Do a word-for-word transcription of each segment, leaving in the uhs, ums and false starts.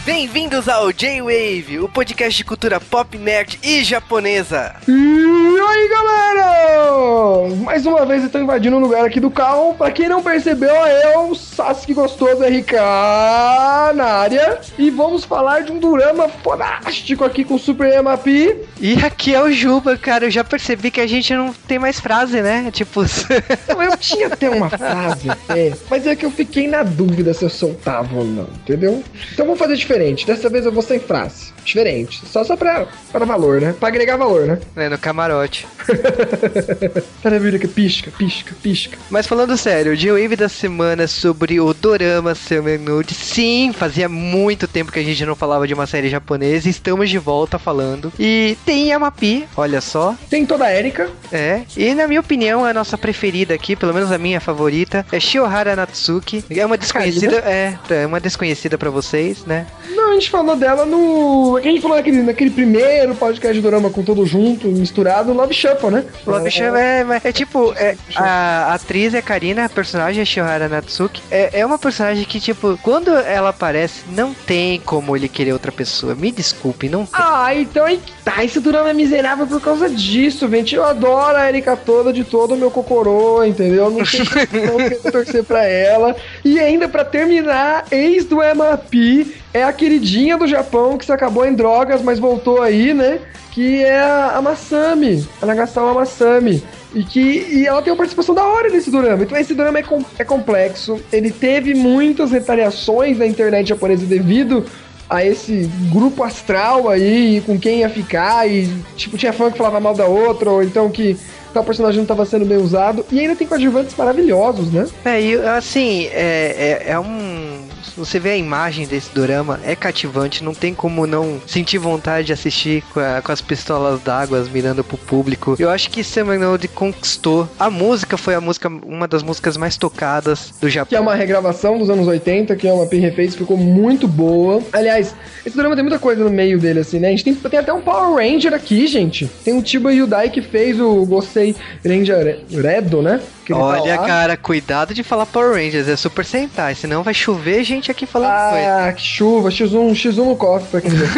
Bem-vindos ao J-Wave, o podcast de cultura pop, nerd e japonesa. E aí, galera! Mais uma vez eu tô invadindo o lugar aqui do carro. Pra quem não percebeu, é eu, Sasuke Gostoso R K na área. E vamos falar de um dorama fodástico aqui com o Super Yamapi. E aqui é o Juba, cara. Eu já percebi que a gente não tem mais frase, né? Tipo... Não, eu tinha até uma frase, é, mas é que eu fiquei na dúvida se eu soltava ou não, entendeu? Então vamos fazer diferente. Dessa vez eu vou sem frase. Diferente. Só, só pra, pra valor, né? Pra agregar valor, né? É, no camarote. Para vir aqui, pisca, pisca, pisca. Mas falando sério, o J-Wave da semana sobre o dorama Summer Nude. Sim, fazia muito tempo que a gente não falava de uma série japonesa. Estamos de volta falando. E tem Yamapi, olha só. Tem toda a Erika. É. E na minha opinião, a nossa preferida aqui, pelo menos a minha favorita, é Shiohara Natsuki. É uma desconhecida. É, é uma desconhecida pra vocês, né? Não, a gente falou dela no... A gente falou naquele, naquele primeiro podcast de dorama com todo junto, misturado, Love Shuffle, né? Love é, Shuffle é, é, é tipo, é, a atriz é Karina, a personagem é Shiohara Natsuki. É, é uma personagem que, tipo, quando ela aparece, não tem como ele querer outra pessoa. Me desculpe, não tem. Ah, então aí tá, esse dorama é miserável por causa disso, gente. Eu adoro a Erika toda, de todo o meu cocorô, entendeu? Não sei como torcer pra ela. E ainda pra terminar, ex do Yamapi é a queridinha do Japão que se acabou em drogas, mas voltou aí, né? Que é a Masami, a Nagasawa Masami. E que e ela tem uma participação da hora nesse dorama. Então esse dorama é, com, é complexo. Ele teve muitas retaliações na internet japonesa devido a esse grupo astral aí, com quem ia ficar. E tipo, tinha fã que falava mal da outra, ou então que tal personagem não estava sendo bem usado. E ainda tem coadjuvantes maravilhosos, né? É, e assim, é, é, é um... Você vê a imagem desse dorama, é cativante, não tem como não sentir vontade de assistir com, a, com as pistolas d'água mirando pro público. Eu acho que Summer Nude conquistou. A música foi a música, uma das músicas mais tocadas do Japão. Que é uma regravação dos anos oitenta, que é uma P refez, ficou muito boa. Aliás, esse dorama tem muita coisa no meio dele, assim, né? A gente tem, tem até um Power Ranger aqui, gente. Tem um Chiba Yudai que fez o Gosei Ranger Redo, né? Olha, tá, cara, cuidado de falar Power Rangers, é Super Sentai, senão vai chover gente aqui falando ah, coisa. Ah, que chuva, X um, X um no cofre pra quem ver.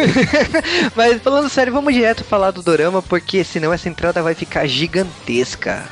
Mas falando sério, vamos direto falar do dorama, porque senão essa entrada vai ficar gigantesca.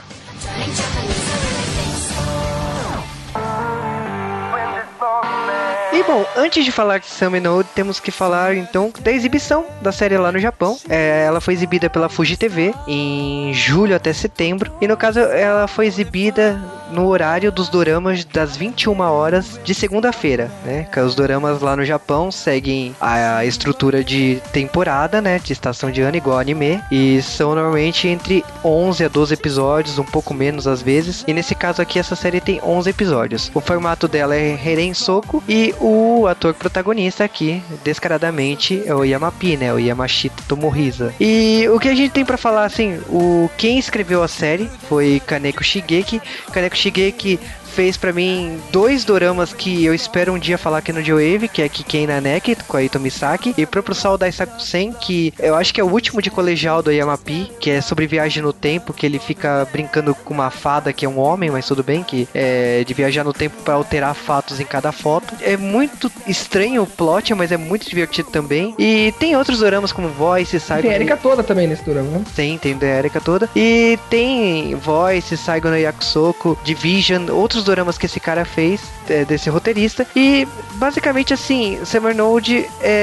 E bom, antes de falar de Summer Nude, temos que falar então da exibição da série lá no Japão. É, ela foi exibida pela Fuji T V em julho até setembro. E no caso, ela foi exibida no horário dos doramas das vinte e uma horas de segunda-feira, né? Que os doramas lá no Japão seguem a estrutura de temporada, né? De estação de ano, igual anime. E são normalmente entre onze a doze episódios, um pouco menos às vezes. E nesse caso aqui, essa série tem onze episódios. O formato dela é Heiren Soku e o ator protagonista aqui, descaradamente, é o Yamapi, né? O Yamashita Tomohisa. E o que a gente tem pra falar, assim, o quem escreveu a série foi Kaneko Shigeki. Kaneko Shigeki fez pra mim dois doramas que eu espero um dia falar aqui no J-Wave, que é Kiken na Neki, com a Ito Misaki, e Proprio Sal Daisakusen, que eu acho que é o último de colegial do Yamapi, que é sobre viagem no tempo, que ele fica brincando com uma fada que é um homem, mas tudo bem, que é de viajar no tempo pra alterar fatos em cada foto. É muito estranho o plot, mas é muito divertido também. E tem outros doramas como Voice, Saigo... Tem a Erika toda também nesse dorama, né? Tem, tem a Erika toda. E tem Voice, Saigo no Yakusoku, Division, outros doramas que esse cara fez, é, desse roteirista. E basicamente assim, Summer Nude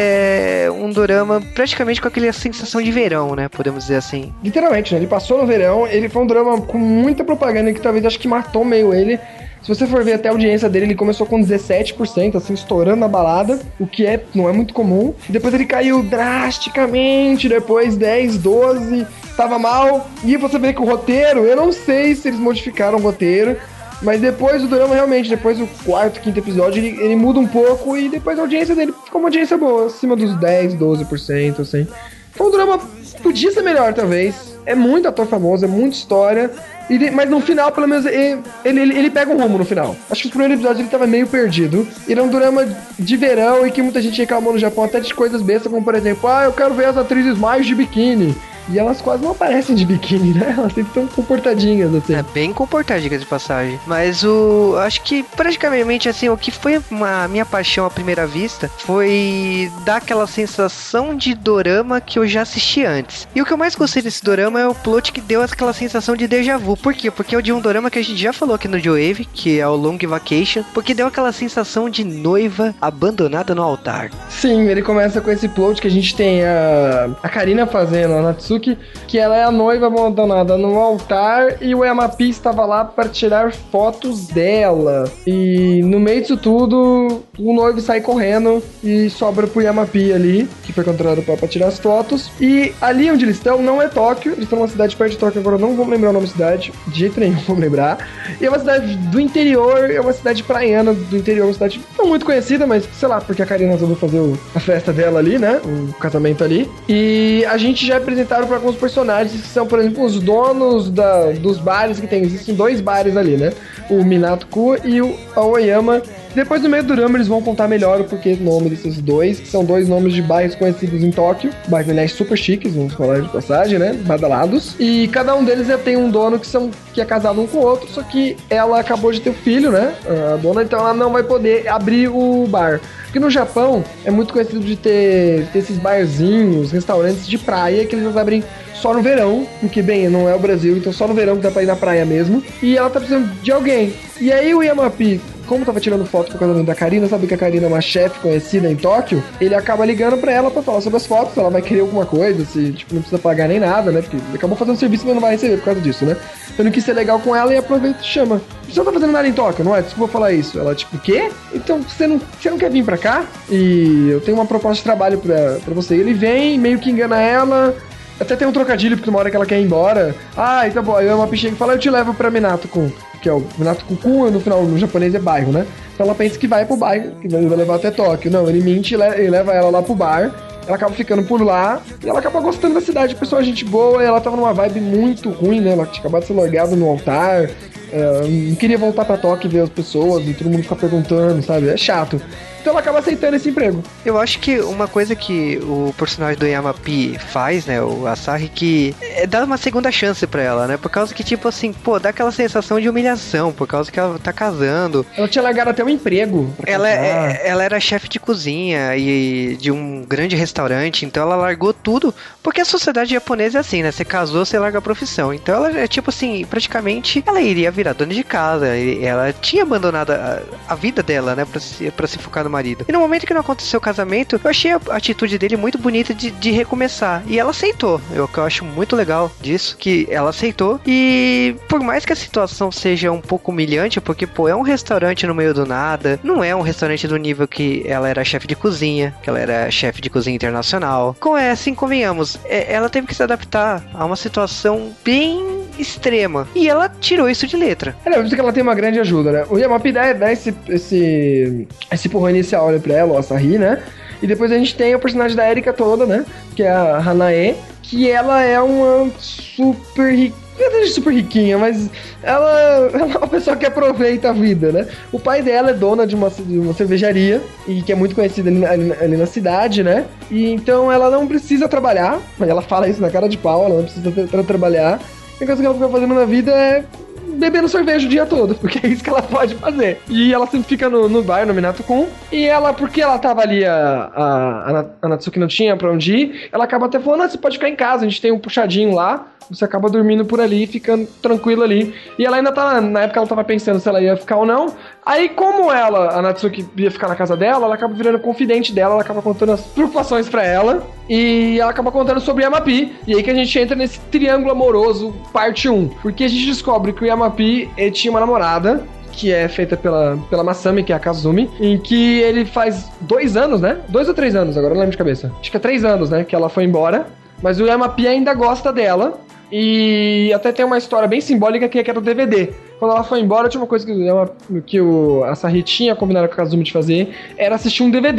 é um dorama praticamente com aquela sensação de verão, né? Podemos dizer assim. Literalmente, né? Ele passou no verão, ele foi um drama com muita propaganda que talvez acho que matou meio ele. Se você for ver até a audiência dele, ele começou com dezessete por cento, assim, estourando na balada, o que é, não é muito comum. E depois ele caiu drasticamente, depois dez, doze, tava mal. E você vê que o roteiro, eu não sei se eles modificaram o roteiro, mas depois o drama realmente, depois do quarto, quinto episódio, ele, ele muda um pouco e depois a audiência dele ficou uma audiência boa, acima dos dez, doze por cento, assim. Foi um drama, podia ser melhor talvez, é muito ator famoso, é muita história, e, mas no final, pelo menos, ele, ele, ele pega um rumo no final. Acho que os primeiros episódios ele tava meio perdido, ele é um drama de verão e que muita gente reclamou no Japão até de coisas bestas, como por exemplo, ah, eu quero ver as atrizes mais de biquíni. E elas quase não aparecem de biquíni, né? Elas sempre estão comportadinhas, assim. É bem comportadinhas de passagem. Mas o... acho que praticamente, assim, o que foi a minha paixão à primeira vista foi dar aquela sensação de dorama que eu já assisti antes. E o que eu mais gostei desse dorama é o plot que deu aquela sensação de déjà vu. Por quê? Porque é de um dorama que a gente já falou aqui no J-Wave, que é o Long Vacation, porque deu aquela sensação de noiva abandonada no altar. Sim, ele começa com esse plot que a gente tem a, a Karina fazendo, a Natsuki, que ela é a noiva abandonada no altar e o Yamapi estava lá para tirar fotos dela. E no meio disso tudo, o noivo sai correndo e sobra pro Yamapi ali, que foi contratado para tirar as fotos. E ali onde eles estão não é Tóquio, eles estão numa cidade perto de Tóquio, agora eu não vou lembrar o nome da cidade, de jeito nenhum vou lembrar. E é uma cidade do interior, é uma cidade praiana do interior, uma cidade não muito conhecida, mas sei lá, porque a Karina resolveu fazer o, a festa dela ali, né? O casamento ali. E a gente já apresentaram para alguns personagens que são, por exemplo, os donos da, dos bares que tem. Existem dois bares ali, né? O Minato-ku e o Aoyama. Depois, no meio do drama, eles vão contar melhor o porquê do nome desses dois, que são dois nomes de bairros conhecidos em Tóquio. Bairros, aliás, super chiques, vamos falar de passagem, né? Badalados. E cada um deles já tem um dono que, são, que é casado um com o outro, só que ela acabou de ter um filho, né? A dona, então ela não vai poder abrir o bar. Porque no Japão é muito conhecido de ter, ter esses barzinhos, restaurantes de praia que eles abrem só no verão, porque, bem, não é o Brasil, então só no verão que dá pra ir na praia mesmo. E ela tá precisando de alguém. E aí o Yamapi, como tava tirando foto pro casamento da Karina, sabe que a Karina é uma chefe conhecida em Tóquio, ele acaba ligando pra ela pra falar sobre as fotos, ela vai querer alguma coisa, se, tipo, não precisa pagar nem nada, né? Porque ele acabou fazendo serviço, mas não vai receber por causa disso, né? Então ele quis ser legal com ela e aproveita e chama. Você não tá fazendo nada em Tóquio, não é? Desculpa falar isso. Ela, tipo, o quê? Então você não, você não quer vir pra cá? E eu tenho uma proposta de trabalho pra, pra você. Ele vem, meio que engana ela. Até tem um trocadilho, porque uma hora que ela quer ir embora. Ah, então bom, aí uma pichega e fala, eu te levo pra Minato-kun, que é o Minato-kun, no final, no japonês é bairro, né? Então ela pensa que vai pro bairro, que vai levar até Tóquio. Não, ele mente e leva ela lá pro bar. Ela acaba ficando por lá e ela acaba gostando da cidade. A pessoa é gente boa e ela tava numa vibe muito ruim, né? Ela tinha acabado de ser largada no altar. Uh, não queria voltar pra Tóquio e ver as pessoas e todo mundo ficar perguntando, sabe? É chato. Então ela acaba aceitando esse emprego. Eu acho que uma coisa que o personagem do Yamapi faz, né, o Asahi, que é dar uma segunda chance pra ela, né? Por causa que, tipo assim, pô, dá aquela sensação de humilhação, por causa que ela tá casando. Ela tinha largado até um emprego. Ela, é, ela era chefe de cozinha e de um grande restaurante, então ela largou tudo, porque a sociedade japonesa é assim, né? Você casou, você larga a profissão. Então ela é tipo assim, praticamente, ela iria virar dona de casa. Ela tinha abandonado a, a vida dela, né? Pra se, pra se focar no marido. E no momento que não aconteceu o casamento, eu achei a atitude dele muito bonita de, de recomeçar. E ela aceitou. Eu, que eu acho muito legal disso, que ela aceitou. E por mais que a situação seja um pouco humilhante, porque, pô, é um restaurante no meio do nada, não é um restaurante do nível que ela era chefe de cozinha, que ela era chefe de cozinha internacional. Com é, assim, convenhamos, é, ela teve que se adaptar a uma situação bem extrema. E ela tirou isso de letra. É, por isso que ela tem uma grande ajuda, né? O Yamapi dá, dá esse, esse, esse porrão inicial olha pra ela, o Asahi, né? E depois a gente tem o personagem da Erika toda, né? Que é a Hanae, que ela é uma super rica. Não é super riquinha, mas ela, ela é uma pessoa que aproveita a vida, né? O pai dela é dona de uma, de uma cervejaria, e que é muito conhecida ali, ali, ali na cidade, né? E então ela não precisa trabalhar, ela fala isso na cara de pau, ela não precisa tra- trabalhar. A coisa que ela fica fazendo na vida é bebendo cerveja o dia todo, porque é isso que ela pode fazer. E ela sempre fica no, no bar, no Minato-kun, e ela, porque ela tava ali, a, a, a Natsuki não tinha pra onde ir, ela acaba até falando, ah, você pode ficar em casa, a gente tem um puxadinho lá, você acaba dormindo por ali, ficando tranquilo ali. E ela ainda tá, na época ela tava pensando se ela ia ficar ou não. Aí como ela, a Natsuki, ia ficar na casa dela, ela acaba virando confidente dela, ela acaba contando as preocupações pra ela. E ela acaba contando sobre o Yamapi. E aí que a gente entra nesse triângulo amoroso, parte um. Porque a gente descobre que o Yamapi, ele tinha uma namorada, que é feita pela, pela Masami, que é a Kazumi, em que ele faz dois anos, né? Dois ou três anos, agora eu não lembro de cabeça. Acho que é três anos, né? Que ela foi embora. Mas o Yamapi ainda gosta dela. E até tem uma história bem simbólica que é do D V D. Quando ela foi embora, tinha uma coisa que, que o Asahi tinha combinado com a Kazumi de fazer, era assistir um D V D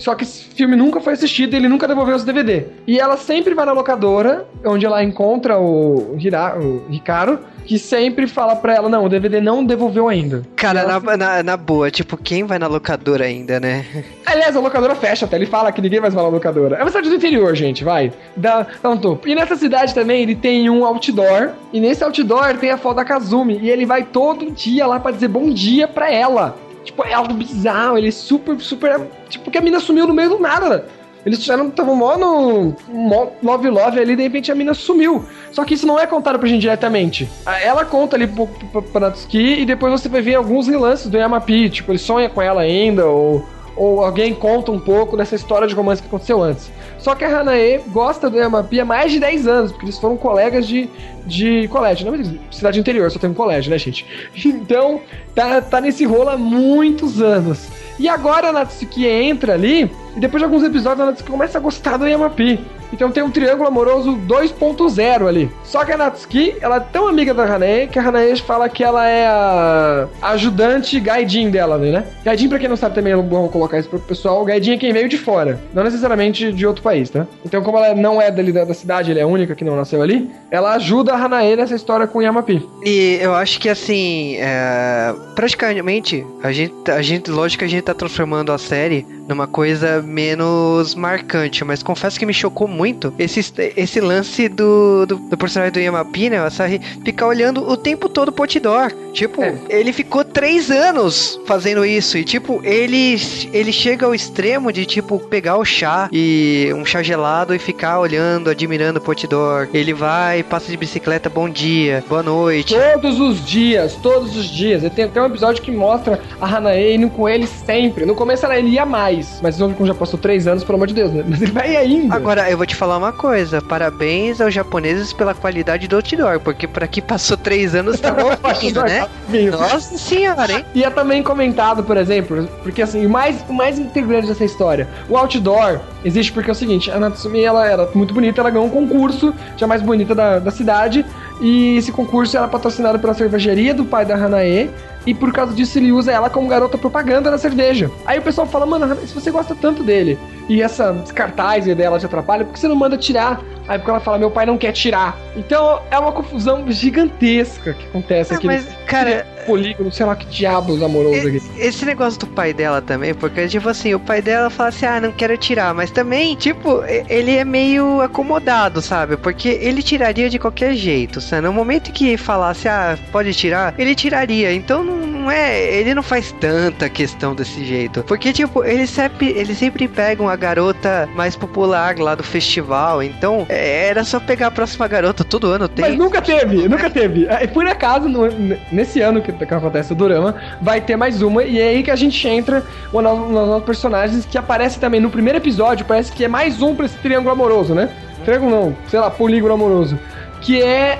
só que esse filme nunca foi assistido e ele nunca devolveu os D V D. E ela sempre vai na locadora, onde ela encontra o, Hira, o Ricardo, que sempre fala pra ela, não, o D V D não devolveu ainda. Cara, na, ela... na, na boa, tipo, quem vai na locadora ainda, né? Aliás, a locadora fecha até, ele fala que ninguém mais vai na locadora. É uma cidade do interior, gente, vai. Dá, dá um topo. E nessa cidade também, ele tem um outdoor, e nesse outdoor tem a foto da Kazumi, e ele vai todo dia lá pra dizer bom dia pra ela. Tipo, é algo bizarro, ele é super, super... Tipo, porque a mina sumiu no meio do nada. Eles já não estavam mó no mó love love ali, de repente a mina sumiu. Só que isso não é contado pra gente diretamente. Ela conta ali pro, pro, pra Natsuki e depois você vai ver alguns relances do Yamapi. Tipo, ele sonha com ela ainda, ou, ou alguém conta um pouco dessa história de romance que aconteceu antes. Só que a Hanae gosta do Yamapi há mais de dez anos, porque eles foram colegas de, de colégio. Não, mas cidade interior, só tem um colégio, né, gente? Então, tá, tá nesse rolo há muitos anos. E agora a Natsuki entra ali, e depois de alguns episódios a Natsuki começa a gostar do Yamapi. Então tem um triângulo amoroso dois ponto zero ali. Só que a Natsuki, ela é tão amiga da Hanae, que a Hanae fala que ela é a ajudante gaijin dela, né? Gaijin, pra quem não sabe também, é bom colocar isso pro pessoal, o gaijin é quem veio de fora, não necessariamente de outro país, tá? Então como ela não é dali da cidade, ela é a única que não nasceu ali, ela ajuda a Hanae nessa história com o Yamapi. E eu acho que assim, é... praticamente, a gente, a gente, lógico que a gente tá transformando a série numa coisa menos marcante, mas confesso que me chocou muito esse, esse lance do, do, do personagem do Yamapi, né, Asahi, ficar olhando o tempo todo pro outdoor. Tipo, é. ele ficou três anos fazendo isso, e tipo, ele, ele chega ao extremo de tipo, pegar o chá, e um chá gelado e ficar olhando, admirando o outdoor. Ele vai, passa de bicicleta, bom dia, boa noite. Todos os dias, todos os dias. Tem até um episódio que mostra a Hanae indo com ele sempre. No começo ele ia mais, mas como já passou três anos, pelo amor de Deus, né? Mas ele vai ainda. Agora, eu vou te falar uma coisa, parabéns aos japoneses pela qualidade do outdoor, porque por aqui passou três anos, tá novinho, né? Nossa senhora, hein? E é também comentado, por exemplo, porque assim, o mais, o mais integrante dessa história, o outdoor existe porque é o seguinte, a Natsumi, ela era muito bonita, ela ganhou um concurso, já mais bonita da, da cidade, e esse concurso era patrocinado pela cervejaria do pai da Hanae, e por causa disso ele usa ela como garota propaganda na cerveja. Aí o pessoal fala, mano, se você gosta tanto dele, e essa cartaz dela te atrapalha, por que você não manda tirar? Aí porque ela fala, meu pai não quer tirar. Então é uma confusão gigantesca que acontece ah, aqui. Mas, cara, polígono, sei lá que diabos amoroso aqui. Esse negócio do pai dela também, porque tipo assim, o pai dela fala assim, ah, não quero tirar, mas também, tipo, ele é meio acomodado, sabe? Porque ele tiraria de qualquer jeito, sabe? No momento que falasse, ah, pode tirar, ele tiraria. Então não é, ele não faz tanta questão desse jeito. Porque, tipo, eles sempre, eles sempre pegam a garota mais popular lá do festival, então era só pegar a próxima garota, todo ano tem. Mas nunca teve, nunca teve. Por acaso, no, nesse ano que, que acontece o Dorama, vai ter mais uma, e é aí que a gente entra uma dos nossos personagens que aparece também no primeiro episódio, parece que é mais um pra esse triângulo amoroso, né? Triângulo não, sei lá, polígono amoroso. Que é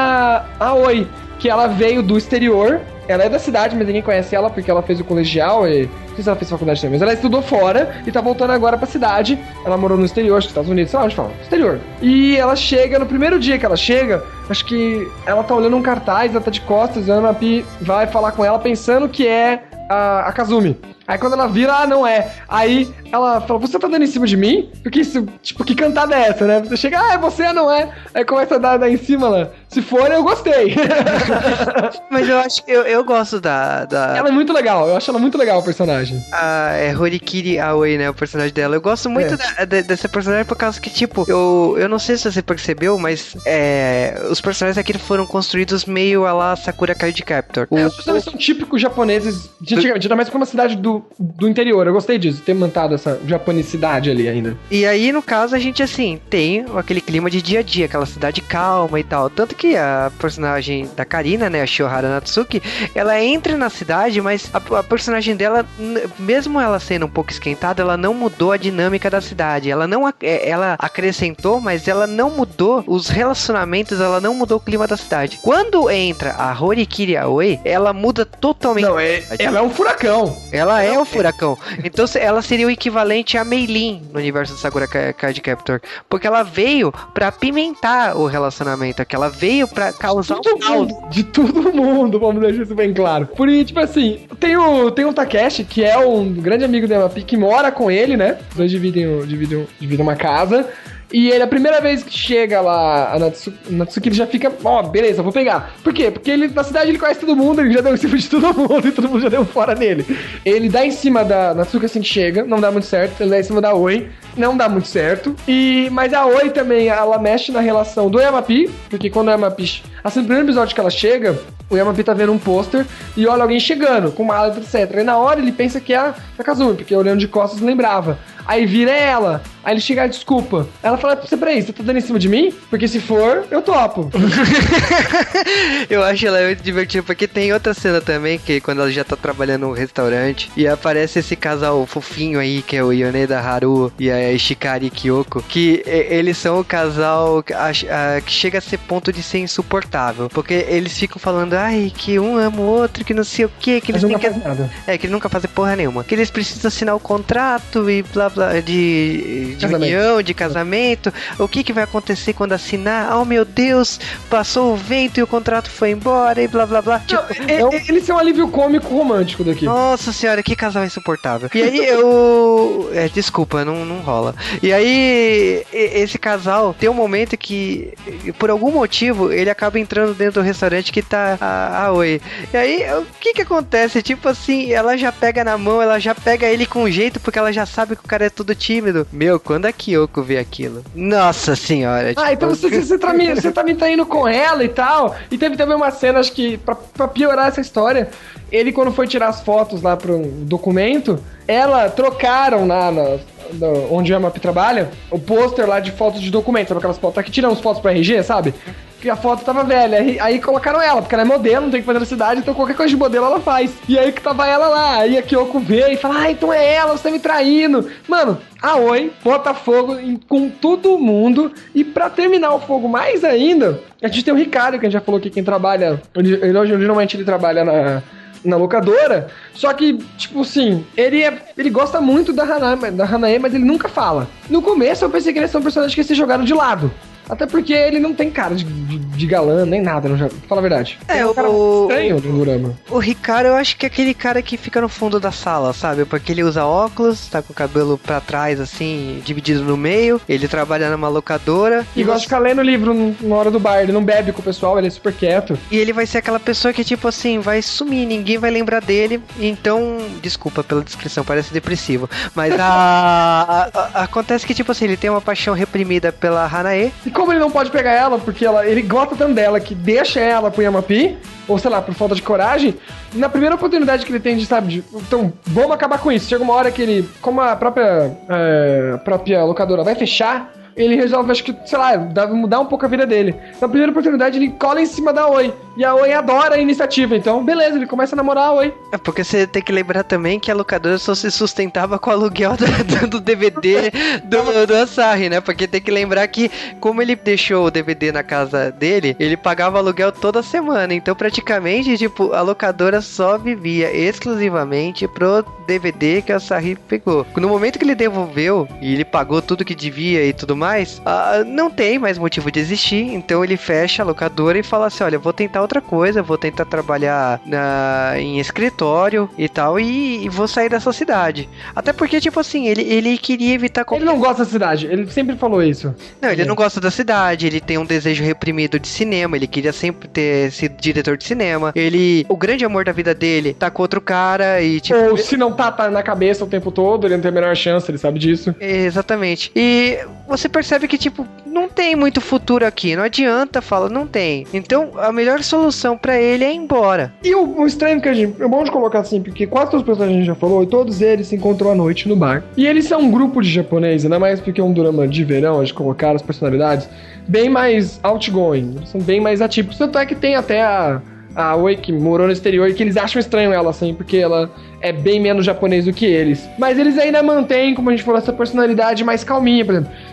a Aoi, que ela veio do exterior. Ela é da cidade, mas ninguém conhece ela porque ela fez o colegial e... Não sei se ela fez faculdade também, mas ela estudou fora e tá voltando agora pra cidade. Ela morou no exterior, acho que Estados Unidos, sei lá onde fala, exterior. E ela chega, no primeiro dia que ela chega, acho que ela tá olhando um cartaz, ela tá de costas, a Yamapi vai falar com ela pensando que é a, a Kazumi. Aí quando ela vira, ah, não é. Aí ela fala, você tá dando em cima de mim? Porque isso, tipo, que cantada é essa, né? Você chega, ah, é você, não é? Aí começa a dar, dar em cima lá. Se for, eu gostei. Mas eu acho que eu, eu gosto da, da... Ela é muito legal, eu acho ela muito legal, o personagem. A é Horikiri Aoi, né, o personagem dela. Eu gosto muito é. da, da, dessa personagem por causa que, tipo, eu, eu não sei se você percebeu, mas é, os personagens aqui foram construídos meio a lá Sakura Card Captor. O, é, os personagens o... são típicos japoneses, de antigamente, ainda mais como uma cidade do, do interior. Eu gostei disso, ter mantado essa japonicidade ali ainda. E aí, no caso, a gente, assim, tem aquele clima de dia a dia, aquela cidade calma e tal. Tanto que a personagem da Karina, né, a Shiohara Natsuki, ela entra na cidade, mas a, a personagem dela, mesmo ela sendo um pouco esquentada, ela não mudou a dinâmica da cidade. Ela não ela acrescentou, mas ela não mudou os relacionamentos, ela não mudou o clima da cidade. Quando entra a Horikiri Aoi, ela muda totalmente. Não, é, ela é um furacão. Ela é um furacão. Então ela seria o equivalente a Meilin no universo do Sakura Card Captor, porque ela veio pra apimentar o relacionamento, que ela veio pra causar um caos. De todo mundo. mundo, vamos deixar isso bem claro. Por isso, tipo assim, tem o, tem o Takeshi, que é um grande amigo da Yamapi, que mora com ele, né? Os dois dividem, dividem, dividem uma casa. E ele, a primeira vez que chega lá, a Natsuki, Natsuki ele já fica, ó, oh, beleza, vou pegar. Por quê? Porque ele, na cidade ele conhece todo mundo, ele já deu em cima de todo mundo e todo mundo já deu fora nele. Ele dá em cima da Natsuki assim que chega, não dá muito certo. Ele dá em cima da Oi, não dá muito certo. E, mas a Oi também, ela mexe na relação do Yamapi, porque quando o Yamapi, assim, no primeiro episódio que ela chega, o Yamapi tá vendo um pôster e olha alguém chegando, com mala, etcétera. E na hora ele pensa que é a, a Kazumi, porque olhando de costas lembrava. Aí vira ela. Aí ele chega, desculpa. Ela fala pra você, peraí, você tá dando em cima de mim? Porque se for, eu topo. Eu acho ela muito divertida, porque tem outra cena também, que quando ela já tá trabalhando num restaurante, e aparece esse casal fofinho aí, que é o Yoneda Haru e a Shikari Kyoko, que eles são o casal que, a, a, que chega a ser ponto de ser insuportável, porque eles ficam falando, ai, que um ama o outro, que não sei o que, que eles nunca têm que... nada. É, que eles nunca fazem porra nenhuma, que eles precisam assinar o contrato e blá blá, de, de união, de casamento, o que que vai acontecer quando assinar? Oh meu Deus, passou o vento e o contrato foi embora e blá blá blá. Não, tipo, é, é, eles são um alívio cômico romântico daqui. Nossa senhora, que casal insuportável. E aí eu... É, desculpa, não, não rola. E aí esse casal tem um momento que, por algum motivo, ele acaba entrando dentro do restaurante que tá a, a Oi. E aí, o que que acontece? Tipo assim, ela já pega na mão, ela já pega ele com jeito, porque ela já sabe que o cara é tudo tímido. Meu, quando a Kyoko vê aquilo? Nossa senhora. Ah, tipo... então você, você, tá me, você tá me traindo com ela e tal. E teve também uma cena, acho que, pra, pra piorar essa história, ele quando foi tirar as fotos lá pro documento, ela trocaram lá na, na, onde o Yamapi trabalha, o pôster lá de fotos de documento, sabe aquelas fotos, tá que tiram as fotos pra R G, sabe? Que a foto tava velha, aí, aí colocaram ela, porque ela é modelo, não tem que fazer na cidade, então qualquer coisa de modelo ela faz. E aí que tava ela lá, aí a Kyoko vê e fala, ah, então é ela, você tá me traindo. Mano, a Oi bota fogo em, com todo mundo, e pra terminar o fogo mais ainda, a gente tem o Ricardo, que a gente já falou que quem trabalha, ele, geralmente ele trabalha na... na locadora, só que, tipo assim, ele, é, ele gosta muito da Hanae, da Hanae, mas ele nunca fala. No começo eu pensei que ele ia ser um personagem que ia ser jogado de lado. Até porque ele não tem cara de, de, de galã, nem nada, não já, fala a verdade. É, é um o cara estranho de Dorama. O Ricardo, eu acho que é aquele cara que fica no fundo da sala, sabe? Porque ele usa óculos, tá com o cabelo pra trás, assim, dividido no meio. Ele trabalha numa locadora. E, e gosta você... de ficar lendo livro na hora do bar. Ele não bebe com o pessoal, ele é super quieto. E ele vai ser aquela pessoa que, tipo assim, vai sumir, ninguém vai lembrar dele. Então, desculpa pela descrição, parece depressivo. Mas a, a, a, acontece que, tipo assim, ele tem uma paixão reprimida pela Hanae. E como ele não pode pegar ela, porque ela, ele gosta tanto dela que deixa ela pro Yamapi, ou sei lá, por falta de coragem, na primeira oportunidade que ele tem de, sabe, de, então vamos acabar com isso. Chega uma hora que ele, como a própria, é, a própria locadora vai fechar, ele resolve, acho que, sei lá, deve mudar um pouco a vida dele. Na primeira oportunidade, ele cola em cima da Oi. E a Oi adora a iniciativa. Então, beleza, ele começa a namorar a Oi. É porque você tem que lembrar também que a locadora só se sustentava com o aluguel do, do D V D do, do Asahi, né? Porque tem que lembrar que, como ele deixou o D V D na casa dele, ele pagava aluguel toda semana. Então, praticamente, tipo, a locadora só vivia exclusivamente pro D V D que a Asahi pegou. No momento que ele devolveu e ele pagou tudo que devia e tudo mais, uh, não tem mais motivo de existir. Então ele fecha a locadora e fala assim, olha, vou tentar outra coisa, vou tentar trabalhar na, em escritório e tal, e, e vou sair dessa cidade. Até porque, tipo assim, ele, ele queria evitar... Qualquer... Ele não gosta da cidade, ele sempre falou isso. Não, ele é. não gosta da cidade, ele tem um desejo reprimido de cinema, ele queria sempre ter sido diretor de cinema, ele... O grande amor da vida dele tá com outro cara e, tipo... Ou se não tá, tá na cabeça o tempo todo, ele não tem a menor chance, ele sabe disso. Exatamente. E você percebe que, tipo, não tem muito futuro aqui, não adianta falar, não tem. Então, a melhor solução pra ele é ir embora. E o, o estranho que a gente... É bom de colocar assim, porque quase todos os personagens a gente já falou, e todos eles se encontram à noite no bar. E eles são um grupo de japoneses, ainda mais porque é um drama de verão, a gente colocaram as personalidades bem mais outgoing, são bem mais atípicos. Tanto é que tem até a... a Oi, que morou no exterior, e que eles acham estranho ela, assim, porque ela é bem menos japonês do que eles. Mas eles ainda mantêm, como a gente falou, essa personalidade mais calminha, por exemplo.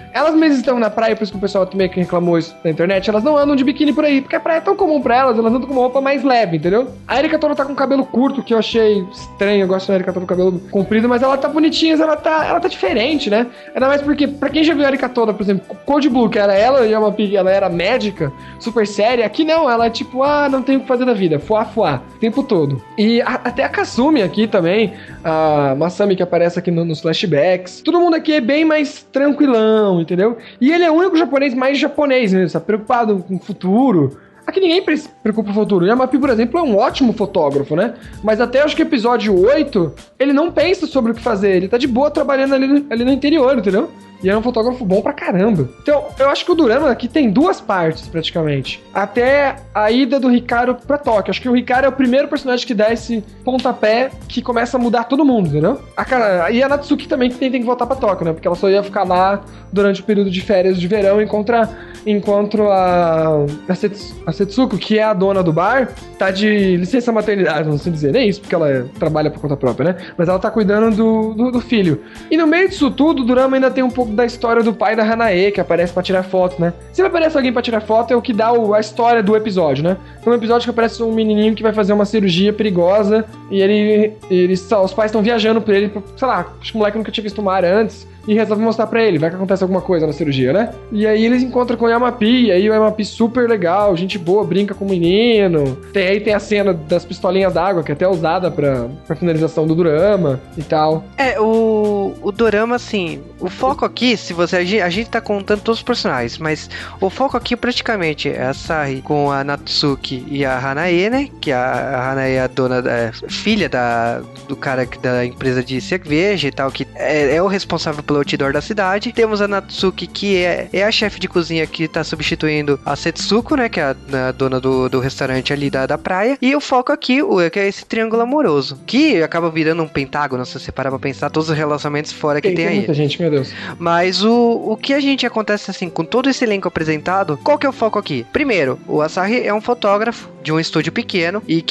Elas mesmo estão na praia, por isso que o pessoal também que reclamou isso na internet, elas não andam de biquíni por aí, porque a praia é tão comum pra elas, elas andam com uma roupa mais leve, entendeu? A Erika Toro tá com cabelo curto, que eu achei estranho, eu gosto da Erika Toro com cabelo comprido, mas ela tá bonitinha, ela tá, ela tá diferente, né? Ainda mais porque, pra quem já viu a Erika Toro, por exemplo, Code Blue, que era ela e uma ela era médica, super séria, aqui não, ela é tipo, ah, não tem o que fazer da vida, fuá, fuá, o tempo todo. E a, até a Kasumi aqui também, a Masami que aparece aqui no, nos flashbacks, todo mundo aqui é bem mais tranquilão, entendeu? E ele é o único japonês mais japonês mesmo, tá preocupado com o futuro. Aqui ninguém se preocupa com o futuro. Yamapi, por exemplo, é um ótimo fotógrafo, né? Mas até acho que episódio oito, ele não pensa sobre o que fazer, ele tá de boa trabalhando ali, ali no interior, entendeu? E é um fotógrafo bom pra caramba. Então, eu acho que o Dorama aqui tem duas partes, praticamente. Até a ida do Hikaru pra Tóquio. Acho que o Hikaru é o primeiro personagem que dá esse pontapé que começa a mudar todo mundo, entendeu? A cara, e a Natsuki também, que tem, tem que voltar pra Tóquio, né? Porque ela só ia ficar lá durante o período de férias de verão, enquanto a, enquanto a, a, Sets, a Setsuko, que é a dona do bar, tá de licença maternidade, não sei dizer nem isso, porque ela é, trabalha por conta própria, né? Mas ela tá cuidando do, do, do filho. E no meio disso tudo, o Dorama ainda tem um pouco da história do pai da Hanae, que aparece pra tirar foto, né? Se aparece alguém pra tirar foto, é o que dá o, a história do episódio, né? Tem um episódio que aparece um menininho que vai fazer uma cirurgia perigosa e ele, ele os pais estão viajando pra ele, pra, sei lá, acho que o moleque nunca tinha visto o mar antes e resolve mostrar pra ele, vai que acontece alguma coisa na cirurgia, né? E aí eles encontram com o Yamapi, e aí o Yamapi super legal, gente boa, brinca com o menino. Tem, aí tem a cena das pistolinhas d'água, que é até usada pra, pra finalização do Dorama e tal. É, o, o Dorama, assim, o foco aqui, se você, a gente, a gente tá contando todos os personagens, mas o foco aqui praticamente é a Sahi com a Natsuki e a Hanae, né? Que a, a Hanae é a dona, da, é, filha da, do cara da empresa de cerveja e tal, que é, é o responsável pelo outdoor da cidade. Temos a Natsuki, que é, é a chefe de cozinha que tá substituindo a Setsuko, né, que é a, a dona do, do restaurante ali da, da praia. E o foco aqui o, que é esse triângulo amoroso, que acaba virando um pentágono, se você parar pra pensar, todos os relacionamentos fora que tem, tem aí. Muita gente, meu Deus. Mas o, o que a gente acontece assim, com todo esse elenco apresentado, qual que é o foco aqui? Primeiro, o Asahi é um fotógrafo de um estúdio pequeno e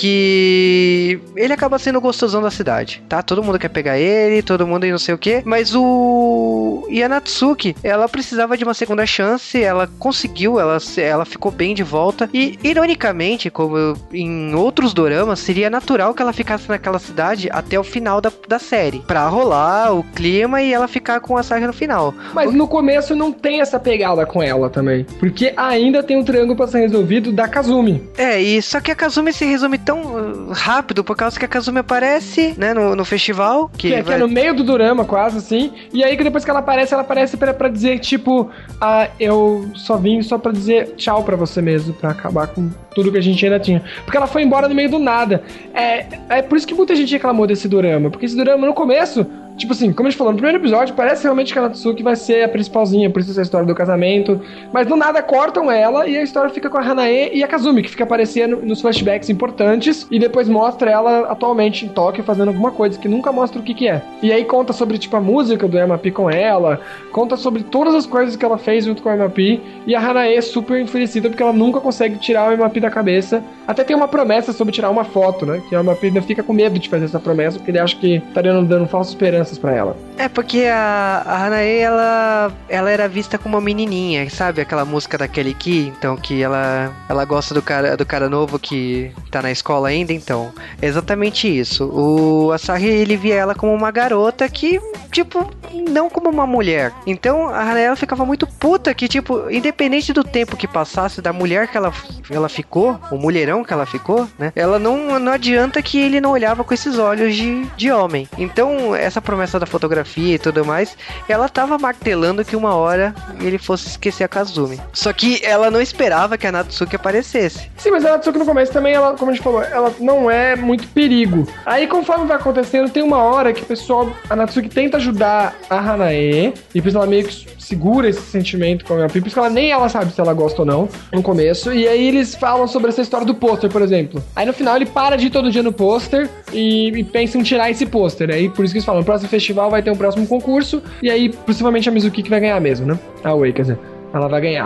que ele acaba sendo o gostosão da cidade, tá? Todo mundo quer pegar ele, todo mundo e não sei o que, mas o... E a Natsuki, ela precisava de uma segunda chance, ela conseguiu, ela, ela ficou bem de volta e, ironicamente, como em outros doramas, seria natural que ela ficasse naquela cidade até o final da, da série, pra rolar o clima e ela ficar com a Asahi no final. Mas no começo não tem essa pegada com ela também, porque ainda tem um triângulo pra ser resolvido da Kazumi. É, e só que a Kazumi se resume tão uh, rápido, por causa que a Kazumi aparece, né, no, no festival. Que, que, é, vai... que é no meio do dorama, quase, assim. E aí, que depois que ela aparece, ela aparece pra, pra dizer, tipo, ah, eu só vim só pra dizer tchau pra você mesmo, pra acabar com tudo que a gente ainda tinha. Porque ela foi embora no meio do nada. É, é por isso que muita gente reclamou desse dorama, porque esse dorama, no começo... Tipo assim, como a gente falou, no primeiro episódio, parece realmente que a Natsuki vai ser a principalzinha, por isso essa história do casamento. Mas do nada cortam ela e a história fica com a Hanae e a Kazumi, que fica aparecendo nos flashbacks importantes e depois mostra ela atualmente em Tóquio fazendo alguma coisa que nunca mostra o que que é. E aí conta sobre, tipo, a música do Yamapi com ela, conta sobre todas as coisas que ela fez junto com o Yamapi e a Hanae é super enfurecida porque ela nunca consegue tirar o Yamapi da cabeça. Até tem uma promessa sobre tirar uma foto, né? Que o Yamapi ainda fica com medo de fazer essa promessa porque ele acha que estaria dando falsa esperança pra ela. É, porque a, a Hanae, ela, ela era vista como uma menininha, sabe? Aquela música da Kelly Key, então, que ela, ela gosta do cara, do cara novo que tá na escola ainda, então. É exatamente isso. O Asahi, ele via ela como uma garota que, tipo, não como uma mulher. Então, a Hanae, ela ficava muito puta que, tipo, independente do tempo que passasse, da mulher que ela, ela ficou, o mulherão que ela ficou, né? Ela não, não adianta que ele não olhava com esses olhos de, de homem. Então, essa promessa da fotografia e tudo mais, ela tava martelando que uma hora ele fosse esquecer a Kazumi. Só que ela não esperava que a Natsuki aparecesse. Sim, mas a Natsuki no começo também, ela, como a gente falou, ela não é muito perigo. Aí conforme vai acontecendo, tem uma hora que o pessoal, a Natsuki tenta ajudar a Hanae, e por isso ela meio que segura esse sentimento com a Yamapi, por isso que ela nem ela sabe se ela gosta ou não, no começo, e aí eles falam sobre essa história do pôster, por exemplo. Aí no final ele para de ir todo dia no pôster e, e pensa em tirar esse pôster, aí por isso que eles falam, no próximo festival vai ter um próximo concurso, e aí possivelmente a Mizuki que vai ganhar mesmo, né? A Wei, quer dizer, ela vai ganhar.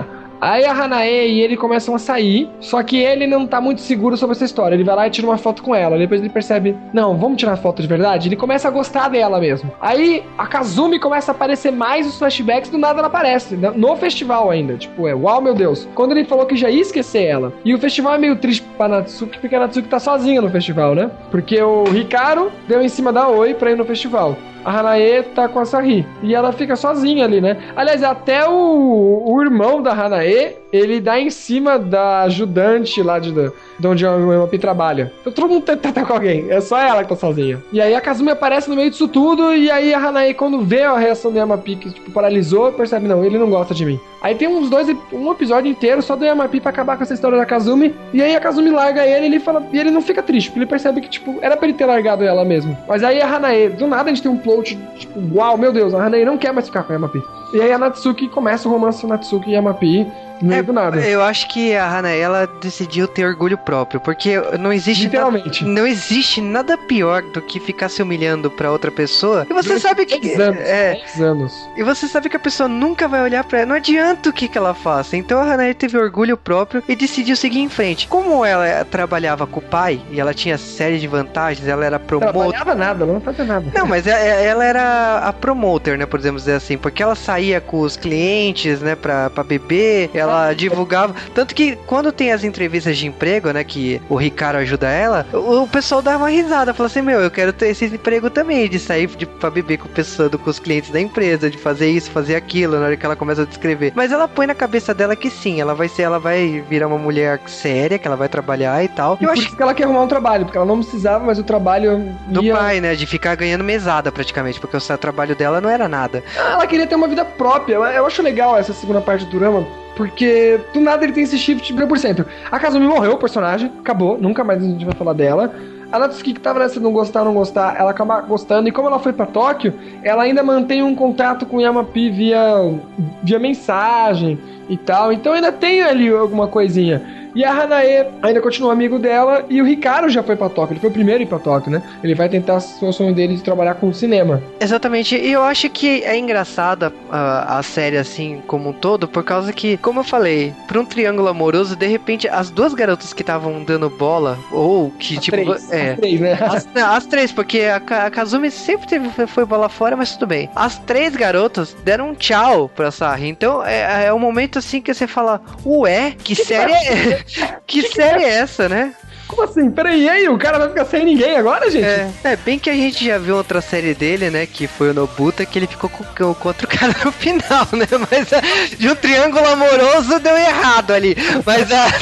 Aí a Hanae e ele começam a sair, só que ele não tá muito seguro sobre essa história. Ele vai lá e tira uma foto com ela. Depois ele percebe, não, vamos tirar foto de verdade? Ele começa a gostar dela mesmo. Aí a Kazumi começa a aparecer mais os flashbacks, do nada ela aparece, no festival ainda. Tipo, é, uau, meu Deus. Quando ele falou que já ia esquecer ela. E o festival é meio triste pra Natsuki, porque a Natsuki tá sozinha no festival, né? Porque o Hikaru deu em cima da Oi pra ir no festival. A Hanae tá com a Sahi. E ela fica sozinha ali, né? Aliás, até o, o irmão da Hanae, ele dá em cima da ajudante lá de, de onde a Yamapi trabalha. Então todo mundo tenta estar com alguém. É só ela que tá sozinha. E aí a Kazumi aparece no meio disso tudo. E aí a Hanae, quando vê a reação do Yamapi, que tipo, paralisou, percebe, não, ele não gosta de mim. Aí tem uns dois, um episódio inteiro só do Yamapi pra acabar com essa história da Kazumi. E aí a Kazumi larga ele e ele fala, e ele não fica triste, porque ele percebe que, tipo, era pra ele ter largado ela mesmo. Mas aí a Hanae, do nada a gente tem um plot, tipo, uau, meu Deus, a Hanae não quer mais ficar com a Yamapi. E aí a Natsuki começa o romance Natsuki e Yamapi no meio é, do nada. Eu acho que a Hanae, ela decidiu ter orgulho próprio, porque não existe literalmente nada, não existe nada pior do que ficar se humilhando pra outra pessoa. E você Durante sabe que dez anos, é, dez anos. E você sabe que a pessoa nunca vai olhar pra ela, não adianta o que que ela faça. Então a Hanae teve orgulho próprio e decidiu seguir em frente. Como ela trabalhava com o pai e ela tinha série de vantagens, ela era promotor. Não trabalhava nada, ela não fazia nada. Não, mas ela era a promoter, né, podemos dizer assim, porque ela saía com os clientes, né, pra, pra beber, ela divulgava, tanto que quando tem as entrevistas de emprego, né, que o Hikaru ajuda ela, o, o pessoal dá uma risada, fala assim, meu, eu quero ter esse emprego também, de sair de, pra beber com, pessoa, com os clientes da empresa, de fazer isso, fazer aquilo, na hora que ela começa a descrever. Mas ela põe na cabeça dela que sim, ela vai ser, ela vai virar uma mulher séria, que ela vai trabalhar e tal. E eu por acho que ela quer arrumar um trabalho, porque ela não precisava, mas o trabalho do ia... pai, né, de ficar ganhando mesada praticamente, porque o trabalho dela não era nada. Ela queria ter uma vida própria. Eu acho legal essa segunda parte do drama, porque do nada ele tem esse shift de mil por cento. A Kazumi morreu, o personagem, acabou, nunca mais a gente vai falar dela. A Natsuki, que tava nessa não gostar, não gostar, ela acaba gostando. E como ela foi pra Tóquio, ela ainda mantém um contato com o Yamapi via, via mensagem e tal. Então ainda tem ali alguma coisinha. E a Hanae ainda continua amigo dela. E o Hikaru já foi pra Tóquio. Ele foi o primeiro a ir pra Tóquio, né? Ele vai tentar o sonho dele de trabalhar com cinema. Exatamente. E eu acho que é engraçada uh, a série assim como um todo, por causa que, como eu falei, pra um triângulo amoroso, de repente as duas garotas que estavam dando bola, ou que as tipo... Três. É, as três, né? As, não, as três, porque a, a Kazumi sempre teve, foi bola fora, mas tudo bem. As três garotas deram um tchau pra Sahi. Então é, é um momento assim que você fala, ué, que, que série é... que, que série é essa, né? Como assim? Peraí, e aí? O cara vai ficar sem ninguém agora, gente? É, é, bem que a gente já viu outra série dele, né? Que foi o Nobuta, que ele ficou com, com outro cara no final, né? Mas de um triângulo amoroso deu errado ali. Mas, a,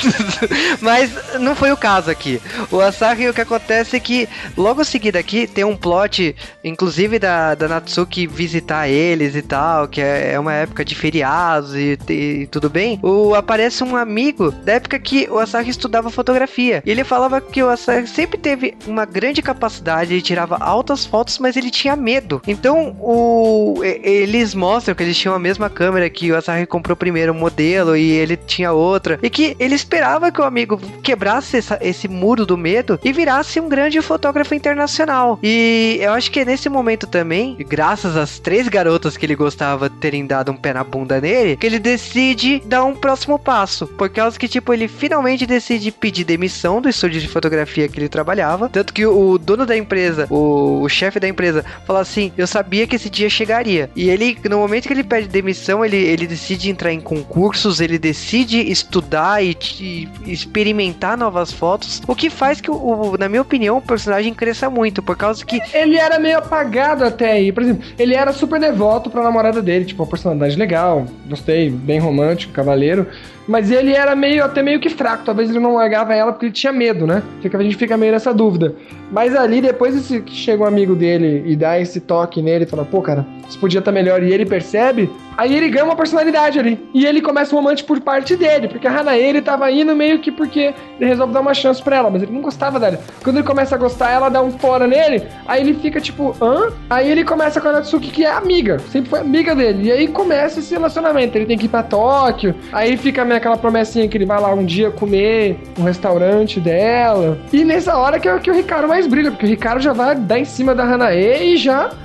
mas não foi o caso aqui. O Asahi, o que acontece é que logo seguido aqui tem um plot, inclusive da, da Natsuki visitar eles e tal, que é, é uma época de feriados e, e, e tudo bem. O, aparece um amigo da época que o Asahi estudava fotografia. E ele falava que o Asahi sempre teve uma grande capacidade, ele tirava altas fotos, mas ele tinha medo. Então, o, eles mostram que eles tinham a mesma câmera, que o Asahi comprou primeiro um modelo e ele tinha outra, e que ele esperava que o amigo quebrasse essa, esse muro do medo e virasse um grande fotógrafo internacional. E eu acho que é nesse momento também, graças às três garotas que ele gostava terem dado um pé na bunda nele, que ele decide dar um próximo passo, por causa que, tipo, ele finalmente decide pedir demissão do estúdio de fotografia que ele trabalhava, tanto que o dono da empresa, o, o chefe da empresa, fala assim, eu sabia que esse dia chegaria, e ele, no momento que ele pede demissão, ele, ele decide entrar em concursos, ele decide estudar e, e experimentar novas fotos, o que faz que, o, na minha opinião, o personagem cresça muito, por causa que... Ele era meio apagado até aí, por exemplo, ele era super devoto pra namorada dele, tipo, uma personalidade legal, gostei, bem romântico, cavaleiro, mas ele era meio, até meio que fraco, talvez ele não largava ela porque ele tinha medo, né? Fica, a gente fica meio nessa dúvida. Mas ali, depois esse, que chega um amigo dele e dá esse toque nele, fala, pô, cara, isso podia estar melhor, e ele percebe, aí ele ganha uma personalidade ali. E ele começa um romance por parte dele, porque a Hanae, ele tava indo meio que porque ele resolve dar uma chance pra ela, mas ele não gostava dela. Quando ele começa a gostar, ela dá um fora nele, aí ele fica tipo, hã? Aí ele começa com a Natsuki, que é amiga, sempre foi amiga dele. E aí começa esse relacionamento, ele tem que ir pra Tóquio, aí fica aquela promessinha que ele vai lá um dia comer no restaurante dela. E nessa hora que, que o Hikaru mais brilha, porque o Hikaru já vai dar em cima da Hanae e já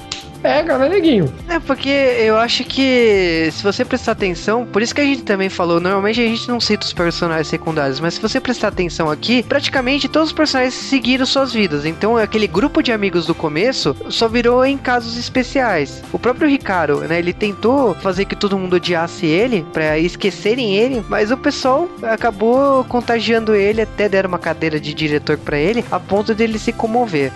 É, cara, é neguinho. É, porque eu acho que se você prestar atenção, por isso que a gente também falou, normalmente a gente não cita os personagens secundários, mas se você prestar atenção aqui, praticamente todos os personagens seguiram suas vidas. Então aquele grupo de amigos do começo só virou em casos especiais. O próprio Ricardo, né, ele tentou fazer que todo mundo odiasse ele, pra esquecerem ele, mas o pessoal acabou contagiando ele, até deram uma cadeira de diretor pra ele, a ponto dele se comover.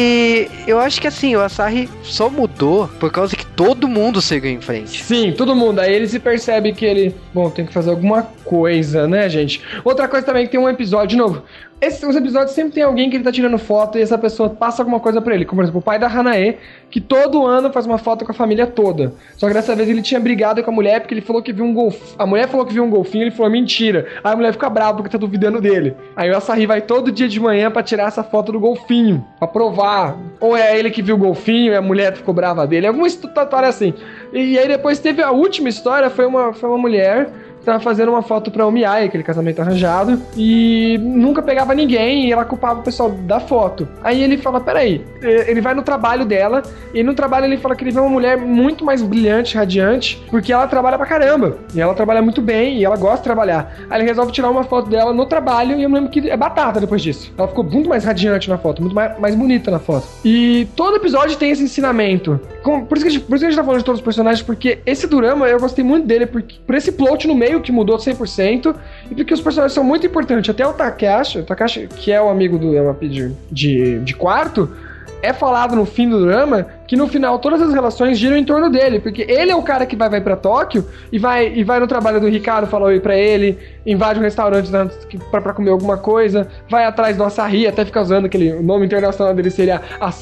E eu acho que assim, o Asahi só mudou por causa que todo mundo seguiu em frente. Sim, todo mundo. Aí ele se percebe que ele... Bom, tem que fazer alguma coisa, né, gente? Outra coisa também que tem um episódio, de novo... Esses os episódios sempre tem alguém que ele tá tirando foto e essa pessoa passa alguma coisa pra ele. Como, por exemplo, o pai da Hanae, que todo ano faz uma foto com a família toda. Só que dessa vez ele tinha brigado com a mulher porque ele falou que viu um golfinho. A mulher falou que viu um golfinho, ele falou mentira. Aí a mulher fica brava porque tá duvidando dele. Aí o Asahi vai todo dia de manhã pra tirar essa foto do golfinho, pra provar. Ou é ele que viu o golfinho e a mulher ficou brava dele. Alguma história assim. E aí depois teve a última história, foi uma, foi uma mulher... tava fazendo uma foto pra Omiai, aquele casamento arranjado, e nunca pegava ninguém, e ela culpava o pessoal da foto. Aí ele fala, peraí, ele vai no trabalho dela, e no trabalho ele fala que ele vê uma mulher muito mais brilhante, radiante, porque ela trabalha pra caramba, e ela trabalha muito bem, e ela gosta de trabalhar. Aí ele resolve tirar uma foto dela no trabalho, e eu me lembro que é batata depois disso. Ela ficou muito mais radiante na foto, muito mais, mais bonita na foto. E todo episódio tem esse ensinamento. Com, por, isso que a gente, por isso que a gente tá falando de todos os personagens, porque esse dorama, eu gostei muito dele, porque, por esse plot no meio, que mudou cem por cento, e porque os personagens são muito importantes. Até o Takashi, o Takashi, que é o amigo do Yamapi de, de, de quarto, é falado no fim do drama que no final todas as relações giram em torno dele, porque ele é o cara que vai, vai pra Tóquio e vai, e vai no trabalho do Ricardo, fala oi pra ele, invade um restaurante pra, pra comer alguma coisa, vai atrás do Asahi, até fica usando aquele o nome internacional dele seria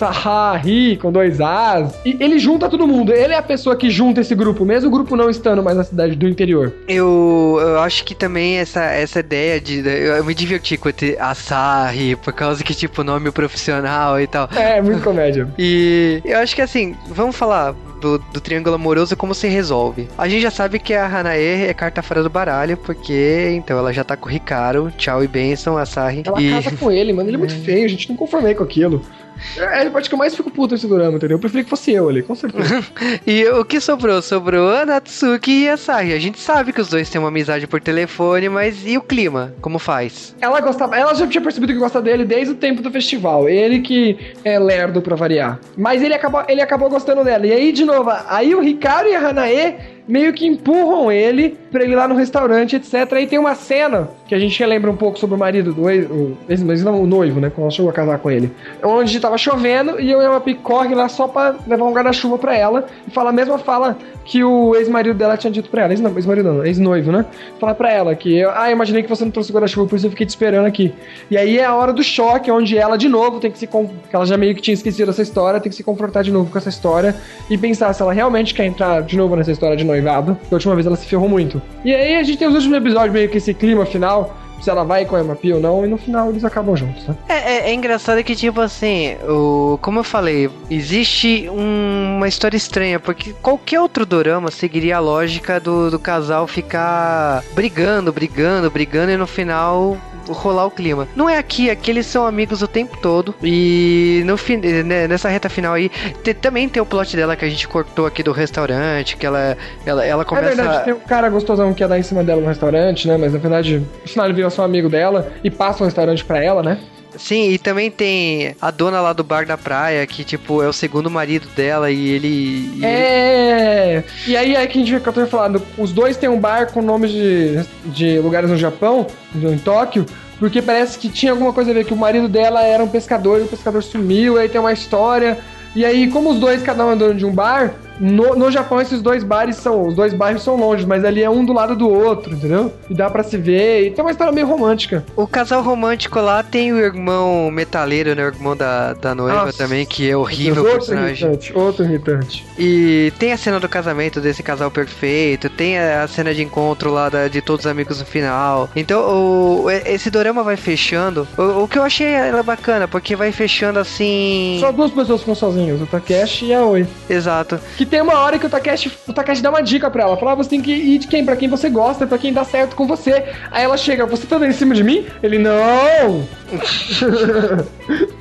Asahi, com dois As, e ele junta todo mundo, ele é a pessoa que junta esse grupo, mesmo o grupo não estando mais na cidade do interior. Eu, eu acho que também essa, essa ideia de... Eu, eu me diverti com esse Asahi, por causa que tipo nome profissional e tal. É, muito comédia. E eu acho que assim, vamos falar do, do triângulo amoroso, como se resolve. A gente já sabe que a Hanae é carta fora do baralho, porque então ela já tá com o Ricardo, tchau e bênção, Asahi. Ela e... casa com ele, mano, ele é muito feio, a gente não conformei com aquilo. É a parte que eu mais fico puto nesse dorama, entendeu? Eu preferi que fosse eu ali, com certeza. E o que sobrou? Sobrou a Natsuki e a Asahi. A gente sabe que os dois têm uma amizade por telefone, mas e o clima? Como faz? Ela gostava, ela já tinha percebido que gosta dele desde o tempo do festival. Ele que é lerdo pra variar. Mas ele acabou, ele acabou gostando dela. E aí, de novo, aí o Ricardo e a Hanae meio que empurram ele pra ele ir lá no restaurante, etcétera. Aí tem uma cena que a gente relembra um pouco sobre o marido do ex, o, ex, não, o noivo, né? Quando ela chegou a casar com ele. Onde tava chovendo e o Yamapi corre lá só pra levar um guarda-chuva pra ela e fala a mesma fala que o ex-marido dela tinha dito pra ela. Ex-marido não, ex-noivo, né? Fala pra ela que, ah, imaginei que você não trouxe guarda-chuva, por isso eu fiquei te esperando aqui. E aí é a hora do choque, onde ela de novo tem que se... que ela já meio que tinha esquecido essa história, tem que se confrontar de novo com essa história e pensar se ela realmente quer entrar de novo nessa história de noivado, porque a última vez ela se ferrou muito. E aí a gente tem os últimos episódios meio que esse clima final, se ela vai com a Yamapi ou não, e no final eles acabam juntos, né? É, é, é engraçado que, tipo assim, o, como eu falei, existe um, uma história estranha, porque qualquer outro dorama seguiria a lógica do, do casal ficar brigando, brigando, brigando, e no final rolar o clima. Não é aqui, aqui eles são amigos o tempo todo, e no fim, né, nessa reta final aí, te, também tem o plot dela que a gente cortou aqui do restaurante, que ela, ela, ela começa... É verdade, tem um cara gostosão que ia dar em cima dela no restaurante, né, mas na verdade, no final ele vira só amigo dela e passa um restaurante pra ela, né? Sim, e também tem a dona lá do bar da praia, que, tipo, é o segundo marido dela e ele... E é! Ele... E aí é que a gente vê que eu tô falando, os dois têm um bar com nomes de, de lugares no Japão, em Tóquio, porque parece que tinha alguma coisa a ver, que o marido dela era um pescador e o pescador sumiu, aí tem uma história... E aí, como os dois, cada um é dono de um bar, no, no Japão esses dois bares são, os dois bairros são longe, mas ali é um do lado do outro, entendeu? E dá pra se ver, e tem uma história meio romântica. O casal romântico lá tem o irmão metaleiro, né, o irmão da, da noiva. Nossa, também, que é horrível o personagem. Outro irritante, outro irritante. E tem a cena do casamento desse casal perfeito, tem a cena de encontro lá da, de todos os amigos no final. Então, o, esse dorama vai fechando, o, o que eu achei ela bacana, porque vai fechando assim... Só duas pessoas ficam sozinhas, o Takeshi e a Oi. Exato. Que tem uma hora que o Takeshi, o Takeshi dá uma dica pra ela. Fala, ah, você tem que ir de quem? Pra quem você gosta, pra quem dá certo com você. Aí ela chega, você tá dando em cima de mim? Ele, não!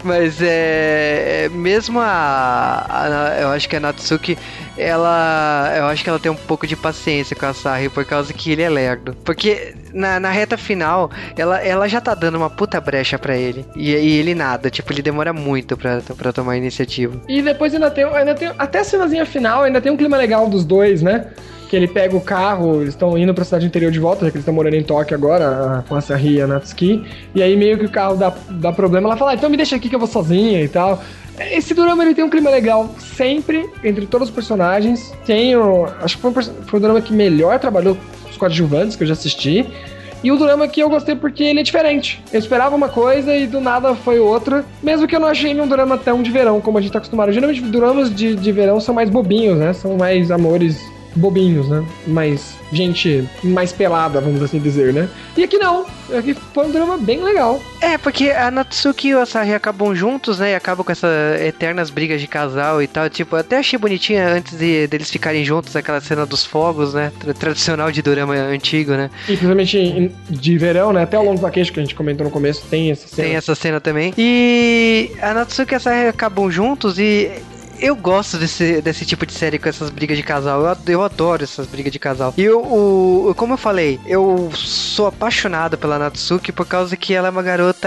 Mas é... Mesmo a, a... Eu acho que a Natsuki, ela... Eu acho que ela tem um pouco de paciência com a Asahi, por causa que ele é lerdo. Porque na, na reta final, ela, ela já tá dando uma puta brecha pra ele. E, e ele nada, tipo, ele demora muito pra, pra tomar a iniciativa. E depois ainda tem, ainda tem... Até a cenazinha final, ainda tem um clima legal dos dois, né? Que ele pega o carro, eles estão indo pra cidade interior de volta, já que eles estão morando em Tóquio agora, com a Asahi e a Natsuki. E aí meio que o carro dá, dá problema, ela fala, ah, então me deixa aqui que eu vou sozinha e tal. Esse drama ele tem um clima legal sempre, entre todos os personagens. Tem o, acho que foi, um, foi o drama que melhor trabalhou os coadjuvantes que eu já assisti. E o drama que eu gostei porque ele é diferente. Eu esperava uma coisa e do nada foi outra. Mesmo que eu não achei ele um drama tão de verão como a gente tá acostumado. Geralmente dramas de, de verão são mais bobinhos, né? São mais amores bobinhos, né? Mais gente mais pelada, vamos assim dizer, né? E aqui não. Aqui foi um drama bem legal. É, porque a Natsuki e o Asahi acabam juntos, né? E acabam com essas eternas brigas de casal e tal. Tipo, até achei bonitinha antes de deles ficarem juntos, aquela cena dos fogos, né? Tradicional de drama antigo, né? E principalmente de verão, né? Até o Longo Vaquejo que a gente comentou no começo tem essa cena. Tem essa cena também. E a Natsuki e a Asahi acabam juntos e... Eu gosto desse, desse tipo de série com essas brigas de casal. Eu, eu adoro essas brigas de casal. E eu, o, como eu falei, eu sou apaixonado pela Natsuki por causa que ela é uma garota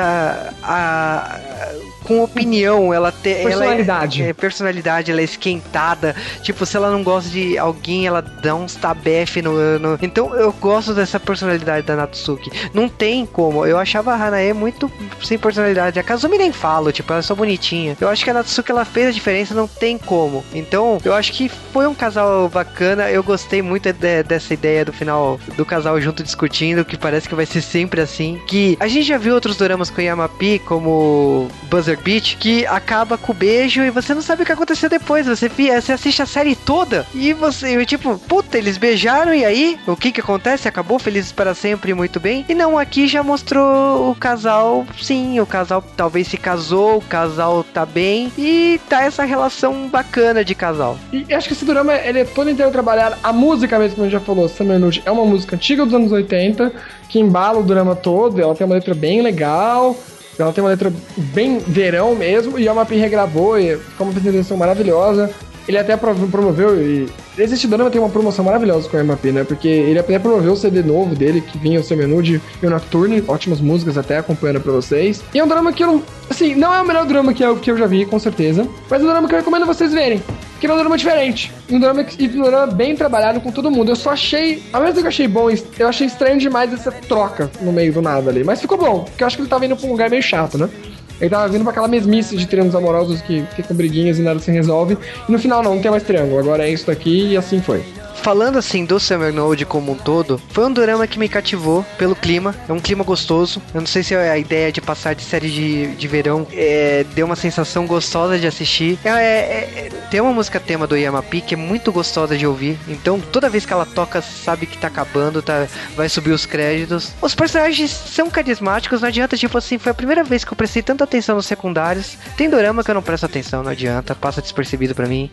a, com opinião. Ela tem personalidade. Ela é, é, personalidade, ela é esquentada. Tipo, se ela não gosta de alguém, ela dá uns tabefe no, no... Então eu gosto dessa personalidade da Natsuki. Não tem como. Eu achava a Hanae muito sem personalidade. A Kazumi nem falo, tipo, ela é só bonitinha. Eu acho que a Natsuki ela fez a diferença, não tem como. Então, eu acho que foi um casal bacana. Eu gostei muito de, dessa ideia do final do casal junto discutindo, que parece que vai ser sempre assim. Que a gente já viu outros doramas com Yamapi, como Buzzer Beat, que acaba com o beijo e você não sabe o que aconteceu depois. Você, você assiste a série toda e você, tipo, puta, eles beijaram e aí? O que que acontece? Acabou felizes para sempre, muito bem. E não, aqui já mostrou o casal, sim, o casal talvez se casou, o casal tá bem e tá essa relação bacana de casal. E acho que esse drama, ele é todo inteiro trabalhado. A música mesmo, como a gente já falou, Summer Note, é uma música antiga dos anos oitenta, que embala o drama todo. Ela tem uma letra bem legal, ela tem uma letra bem verão mesmo, e a Yamapi regravou, e ficou uma apresentação maravilhosa. Ele até promoveu, e esse drama tem uma promoção maravilhosa com o Yamapi, né? Porque ele até promoveu o C D novo dele, que vinha o Summer Nude e o Nocturne, ótimas músicas até, acompanhando pra vocês. E é um drama que eu não... Assim, não é o melhor drama que eu, que eu já vi, com certeza, mas é um drama que eu recomendo vocês verem, porque é um drama diferente. Um drama, e um drama bem trabalhado com todo mundo. Eu só achei, ao mesmo tempo que eu achei bom, eu achei estranho demais essa troca no meio do nada ali. Mas ficou bom, porque eu acho que ele tava indo pra um lugar meio chato, né? Ele tava vindo pra aquela mesmice de triângulos amorosos que ficam briguinhas e nada se resolve. E no final não, não tem mais triângulo. Agora é isso daqui e assim foi. Falando assim do Summer Node como um todo, foi um dorama que me cativou pelo clima. É um clima gostoso. Eu não sei se a ideia de passar de série de, de verão é, deu uma sensação gostosa de assistir. É, é, tem uma música tema do Yamapi que é muito gostosa de ouvir. Então toda vez que ela toca, sabe que tá acabando, tá, vai subir os créditos. Os personagens são carismáticos, não adianta, tipo assim, foi a primeira vez que eu prestei tanta atenção nos secundários. Tem dorama que eu não presto atenção, não adianta, passa despercebido pra mim.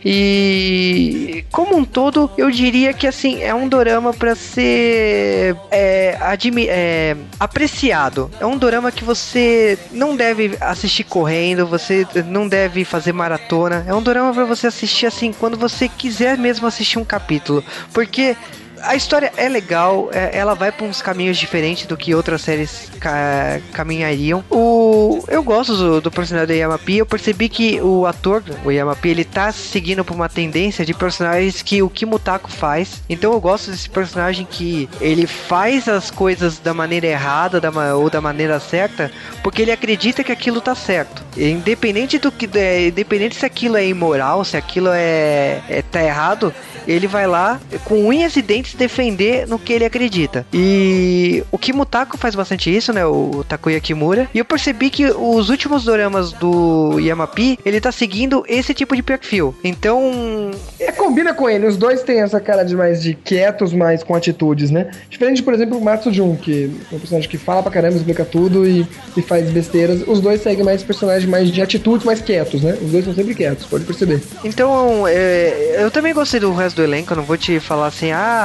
E como um todo, eu diria que assim, é um dorama pra ser é, admi- é, apreciado. É um dorama que você não deve assistir correndo, você não deve fazer maratona. É um dorama pra você assistir assim, quando você quiser mesmo assistir um capítulo. Porque a história é legal, é, ela vai pra uns caminhos diferentes do que outras séries ca- caminhariam. O, eu gosto do, do personagem do Yamapi. Eu percebi que o ator, o Yamapi, ele tá seguindo por uma tendência de personagens que o Kimutako faz. Então eu gosto desse personagem que ele faz as coisas da maneira errada da, ou da maneira certa, porque ele acredita que aquilo tá certo. Independente do que, é, independente se aquilo é imoral, se aquilo é, é tá errado, ele vai lá com unhas e dentes defender no que ele acredita. E o Kimutako faz bastante isso, né? O Takuya Kimura. E eu percebi que os últimos doramas do Yamapi, ele tá seguindo esse tipo de perfil. Então... É, combina com ele. Os dois têm essa cara de mais de quietos, mais com atitudes, né? Diferente, por exemplo, o Matsujun, que é um personagem que fala pra caramba, explica tudo e, e faz besteiras. Os dois seguem mais personagens mais de atitudes, mais quietos, né? Os dois são sempre quietos, pode perceber. Então, é, eu também gostei do resto do elenco. Eu não vou te falar assim, ah,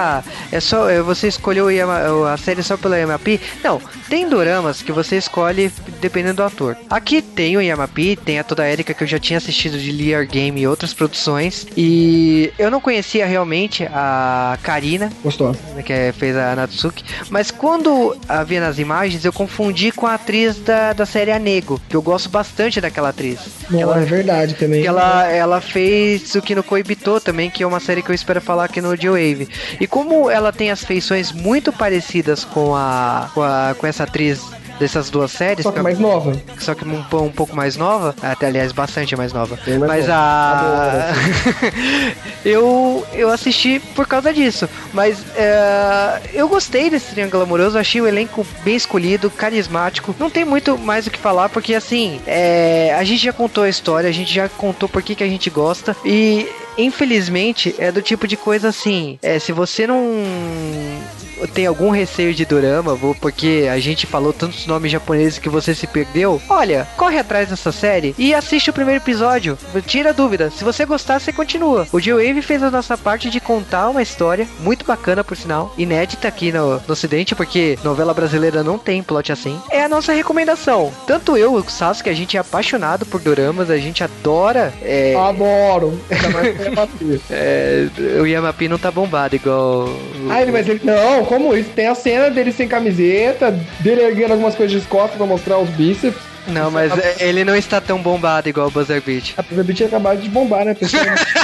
ah, é só, é, você escolheu o Yama, a série só pelo Yamapi. Não, tem doramas que você escolhe dependendo do ator. Aqui tem o Yamapi, tem a Toda Erika, que eu já tinha assistido de Liar Game e outras produções. E eu não conhecia realmente a Karina. Gostou. Que é, fez a Natsuki. Mas quando havia nas imagens, eu confundi com a atriz da, da série Anego, que eu gosto bastante daquela atriz. Não, ela, é verdade também. Que ela, ela fez Tsukino Koibito também, que é uma série que eu espero falar aqui no J-Wave. E como ela tem as feições muito parecidas com a com, a, com essa atriz dessas duas séries. Só que mais nova. Só que um, um pouco mais nova. Até, aliás, bastante mais nova. Mais mas nova. a... eu, eu assisti por causa disso. Mas é... eu gostei desse Triângulo Amoroso. Achei o elenco bem escolhido, carismático. Não tem muito mais o que falar, porque assim, é... a gente já contou a história, a gente já contou por que, que a gente gosta. E infelizmente é do tipo de coisa assim, é, se você não tem algum receio de dorama, vou, porque a gente falou tantos nomes japoneses que você se perdeu, olha, corre atrás dessa série e assiste o primeiro episódio, tira a dúvida, se você gostar, você continua. O J-Wave fez a nossa parte de contar uma história muito bacana, por sinal, inédita aqui no, no ocidente, porque novela brasileira não tem plot assim. É a nossa recomendação. Tanto eu e o Sasuke, a gente é apaixonado por doramas, a gente adora. É... Adoro. Ainda mais com o Yamapi. É, o Yamapi não tá bombado igual. Ah, ele, mas ele. Não, como isso? Tem a cena dele sem camiseta, dele erguendo algumas coisas de costas pra mostrar os bíceps. Não, mas é, ele não está tão bombado igual o Buzzer Beat. A Buzzer Beat acabou de bombar, né, pessoal?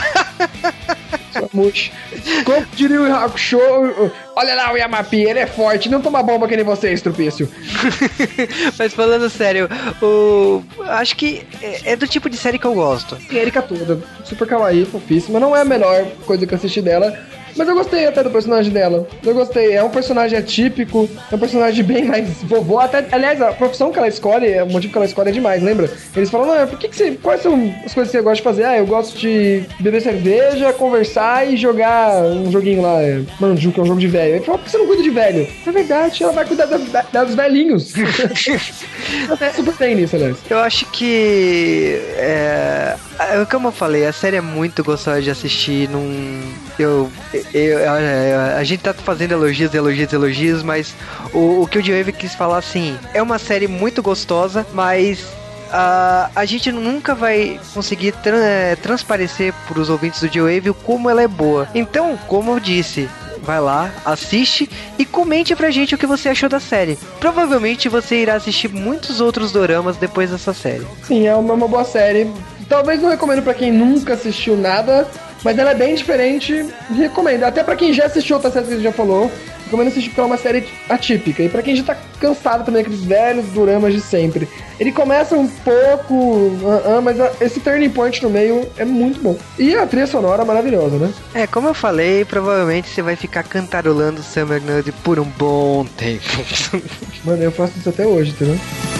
Como diria o Hakusho, olha lá o Yamapi, ele é forte, não toma bomba que nem você, estrupício. Mas falando sério, o... acho que é, é do tipo de série que eu gosto. Tem Erika toda, super kawaii, fofíssima, não é a melhor coisa que eu assisti dela, mas eu gostei até do personagem dela. Eu gostei, é um personagem atípico, é um personagem bem mais vovô. Até, aliás, a profissão que ela escolhe, o motivo que ela escolhe é demais, lembra? Eles falam, não, por que, que você. Quais são as coisas que você gosta de fazer? Ah, eu gosto de beber cerveja, conversar e jogar um joguinho lá, é, Manju, que é um jogo de velho. Ele falou, por que você não cuida de velho? É verdade, ela vai cuidar da, da, da, dos velhinhos. É super bem nisso, aliás. Eu acho que. É, como eu falei, a série é muito gostosa de assistir. Num, eu, eu, eu, a gente tá fazendo elogios, elogios, elogios, mas o, o que o J-Wave quis falar assim, é uma série muito gostosa, mas uh, a gente nunca vai conseguir tra- transparecer pros ouvintes do J-Wave como ela é boa. Então, como eu disse, vai lá, assiste e comente pra gente o que você achou da série. Provavelmente você irá assistir muitos outros doramas depois dessa série. Sim, é uma, uma boa série. Talvez não recomendo pra quem nunca assistiu nada, mas ela é bem diferente, recomendo. Até pra quem já assistiu outra série que a gente já falou, recomendo assistir porque ela é uma série atípica. E pra quem já tá cansado também daqueles velhos doramas de sempre. Ele começa um pouco, uh, uh, mas a, esse turning point no meio é muito bom. E a trilha sonora é maravilhosa, né? É, como eu falei, provavelmente você vai ficar cantarolando Summer Night por um bom tempo. Mano, eu faço isso até hoje, entendeu?